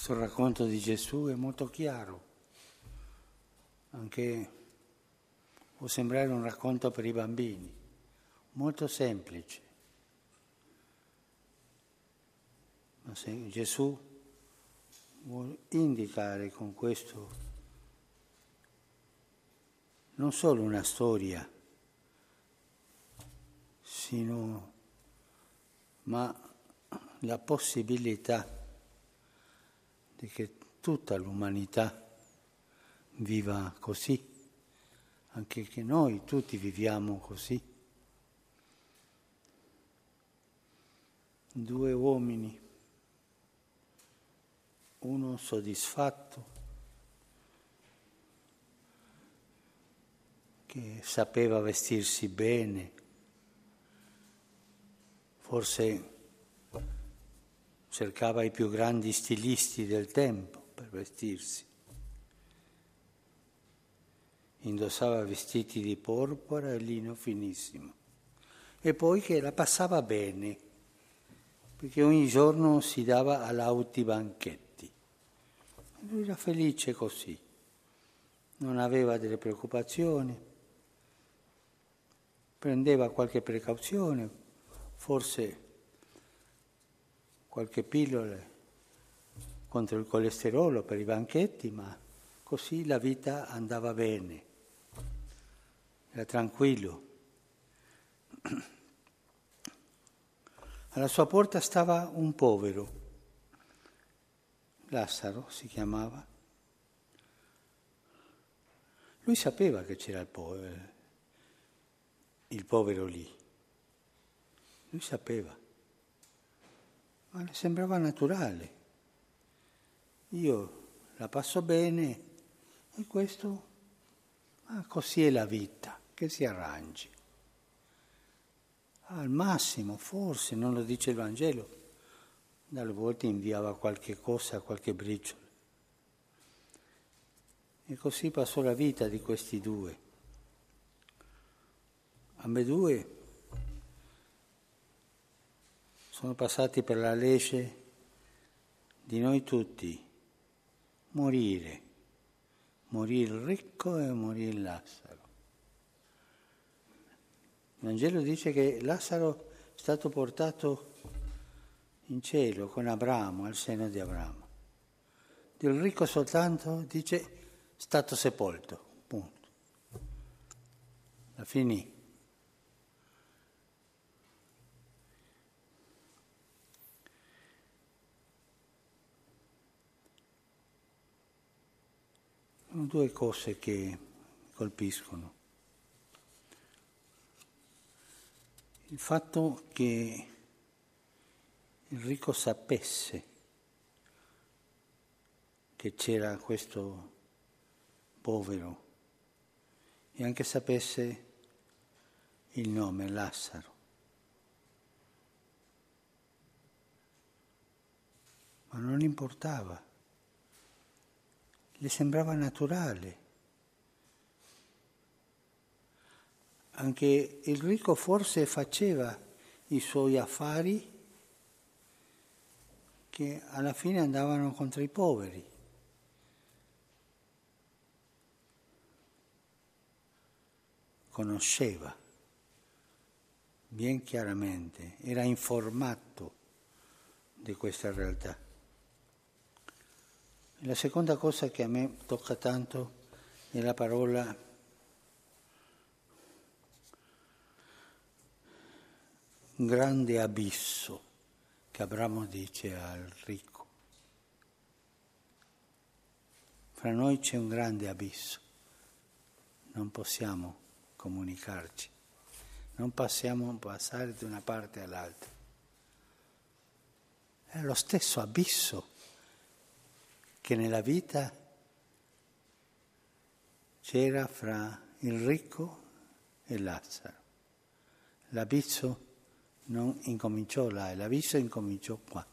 Questo racconto di Gesù è molto chiaro, anche può sembrare un racconto per i bambini, molto semplice. Ma se Gesù vuole indicare con questo non solo una storia, ma la possibilità di che tutta l'umanità viva così, anche che noi tutti viviamo così. Due uomini, uno soddisfatto, che sapeva vestirsi bene, forse cercava i più grandi stilisti del tempo per vestirsi, indossava vestiti di porpora e lino finissimo, e poi che la passava bene, perché ogni giorno si dava a lauti banchetti. Lui era felice così, non aveva delle preoccupazioni, prendeva qualche precauzione, forse qualche pillola contro il colesterolo per i banchetti, ma così la vita andava bene, era tranquillo. Alla sua porta stava un povero, Lazzaro si chiamava. Lui sapeva che c'era il povero lì, lui sapeva, ma le sembrava naturale. Io la passo bene e questo, così è la vita, che si arrangi. Al massimo, forse, non lo dice il Vangelo, dalle volte inviava qualche cosa, qualche briciolo. E così passò la vita di questi due. Ambedue sono passati per la legge di noi tutti, morire il ricco e morì il Lazzaro. Il Vangelo dice che Lazzaro è stato portato in cielo con Abramo, al seno di Abramo. Del ricco soltanto dice stato sepolto, punto. La finì. Sono due cose che colpiscono. Il fatto che il ricco sapesse che c'era questo povero e anche sapesse il nome, Lazzaro. Ma non gli importava, le sembrava naturale. Anche il ricco forse faceva i suoi affari che alla fine andavano contro i poveri. Conosceva ben chiaramente, era informato di questa realtà. E la seconda cosa che a me tocca tanto è la parola grande abisso che Abramo dice al ricco. Fra noi c'è un grande abisso, non possiamo comunicarci, non possiamo passare da una parte all'altra. È lo stesso abisso che nella vita c'era fra il ricco e Lazzaro. L'abisso non incominciò là, l'abisso incominciò qua.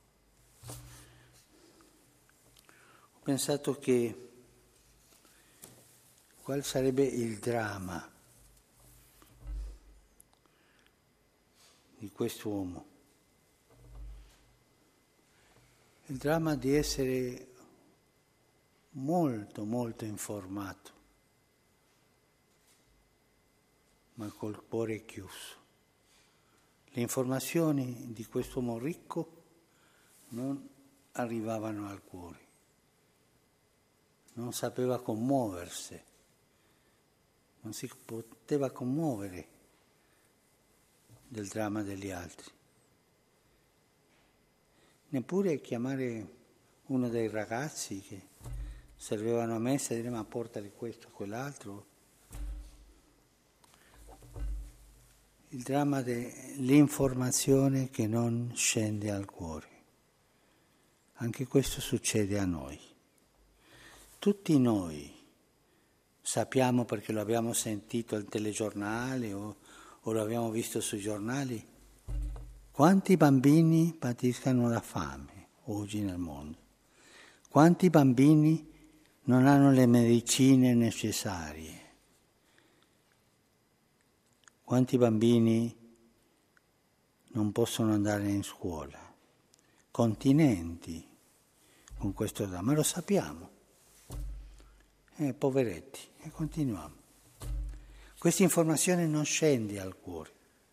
Ho pensato che qual sarebbe il dramma di quest'uomo. Il dramma di essere molto, molto informato, ma col cuore chiuso. Le informazioni di quest'uomo ricco non arrivavano al cuore, non sapeva commuoversi, non si poteva commuovere del dramma degli altri. Neppure chiamare uno dei ragazzi che servevano a messa e dire ma portali questo, quell'altro. Il dramma dell'informazione che non scende al cuore. Anche questo succede a noi. Tutti noi sappiamo, perché lo abbiamo sentito al telegiornale o lo abbiamo visto sui giornali, quanti bambini patiscano la fame oggi nel mondo. Quanti bambini non hanno le medicine necessarie. Quanti bambini non possono andare in scuola. Continenti con questo dramma, ma lo sappiamo. Poveretti, e continuiamo. Questa informazione non scende al cuore.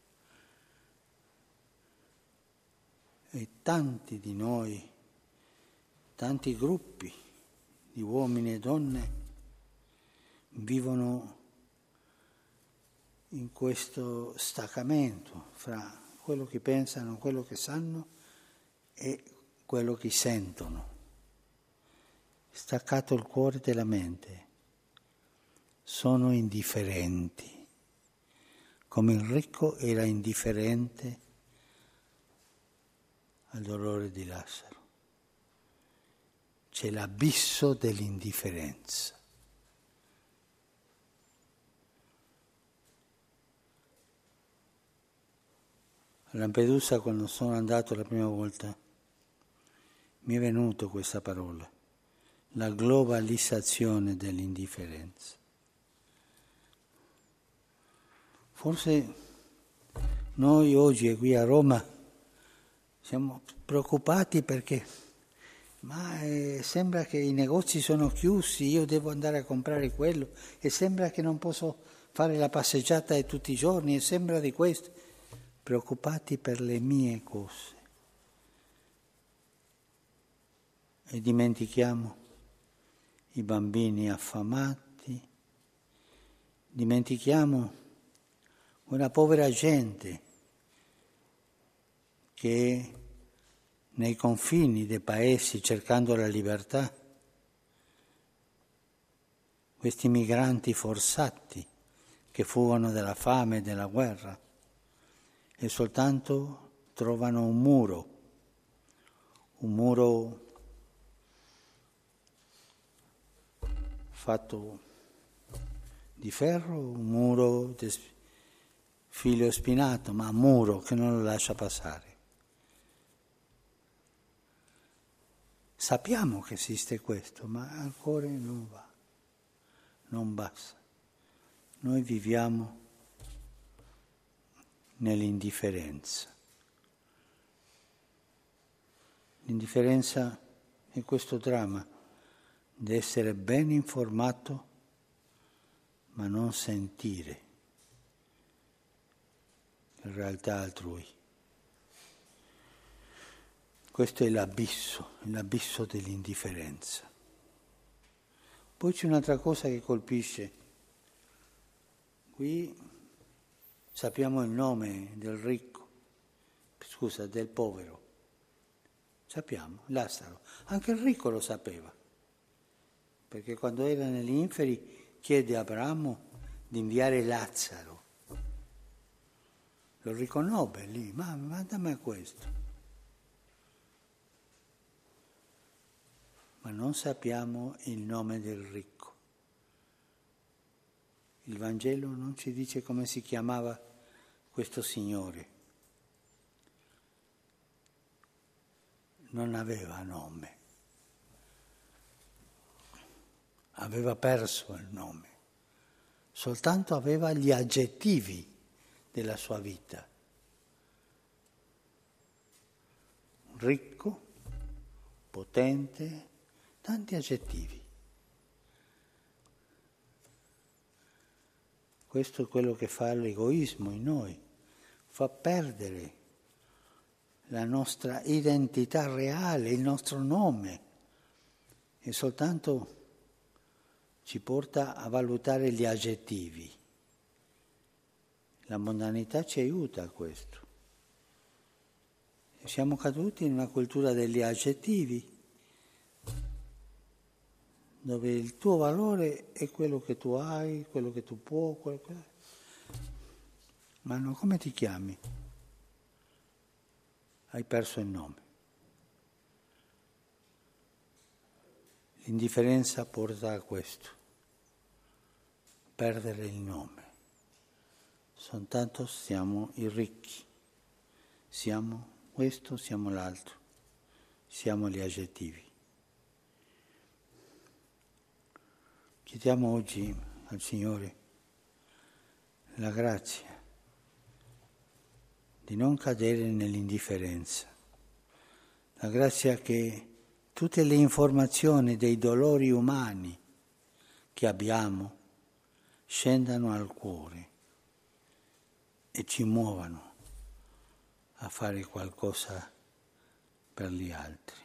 E tanti di noi, tanti gruppi di uomini e donne vivono in questo staccamento fra quello che pensano, quello che sanno e quello che sentono. Staccato il cuore della mente. Sono indifferenti, come il ricco era indifferente al dolore di Lazzaro. C'è l'abisso dell'indifferenza. A Lampedusa, quando sono andato la prima volta, mi è venuto questa parola, la globalizzazione dell'indifferenza. Forse noi oggi qui a Roma siamo preoccupati perché sembra che i negozi sono chiusi, io devo andare a comprare quello e sembra che non posso fare la passeggiata tutti i giorni e sembra di questo. Preoccupati per le mie cose. E dimentichiamo i bambini affamati, dimentichiamo quella povera gente che nei confini dei paesi cercando la libertà, questi migranti forzati che fuggono dalla fame e dalla guerra e soltanto trovano un muro fatto di ferro, un muro di filo spinato, ma un muro che non lo lascia passare. Sappiamo che esiste questo, ma al cuore non va, non basta. Noi viviamo nell'indifferenza. L'indifferenza è questo dramma di essere ben informato ma non sentire la realtà altrui. Questo è l'abisso dell'indifferenza. Poi c'è un'altra cosa che colpisce. Qui sappiamo il nome del ricco, del povero. Sappiamo, Lazzaro. Anche il ricco lo sapeva, perché quando era negli inferi chiede a Abramo di inviare Lazzaro. Lo riconobbe lì, ma mandami questo. Ma non sappiamo il nome del ricco. Il Vangelo non ci dice come si chiamava questo signore. Non aveva nome. Aveva perso il nome. Soltanto aveva gli aggettivi della sua vita. Ricco, potente, tanti aggettivi. Questo è quello che fa l'egoismo in noi, fa perdere la nostra identità reale, il nostro nome, e soltanto ci porta a valutare gli aggettivi. La mondanità ci aiuta a questo. E siamo caduti in una cultura degli aggettivi, dove il tuo valore è quello che tu hai, quello che tu puoi, ma no, come ti chiami? Hai perso il nome. L'indifferenza porta a questo, perdere il nome. Soltanto siamo i ricchi, siamo questo, siamo l'altro, siamo gli aggettivi. Chiediamo oggi al Signore la grazia di non cadere nell'indifferenza, la grazia che tutte le informazioni dei dolori umani che abbiamo scendano al cuore e ci muovano a fare qualcosa per gli altri.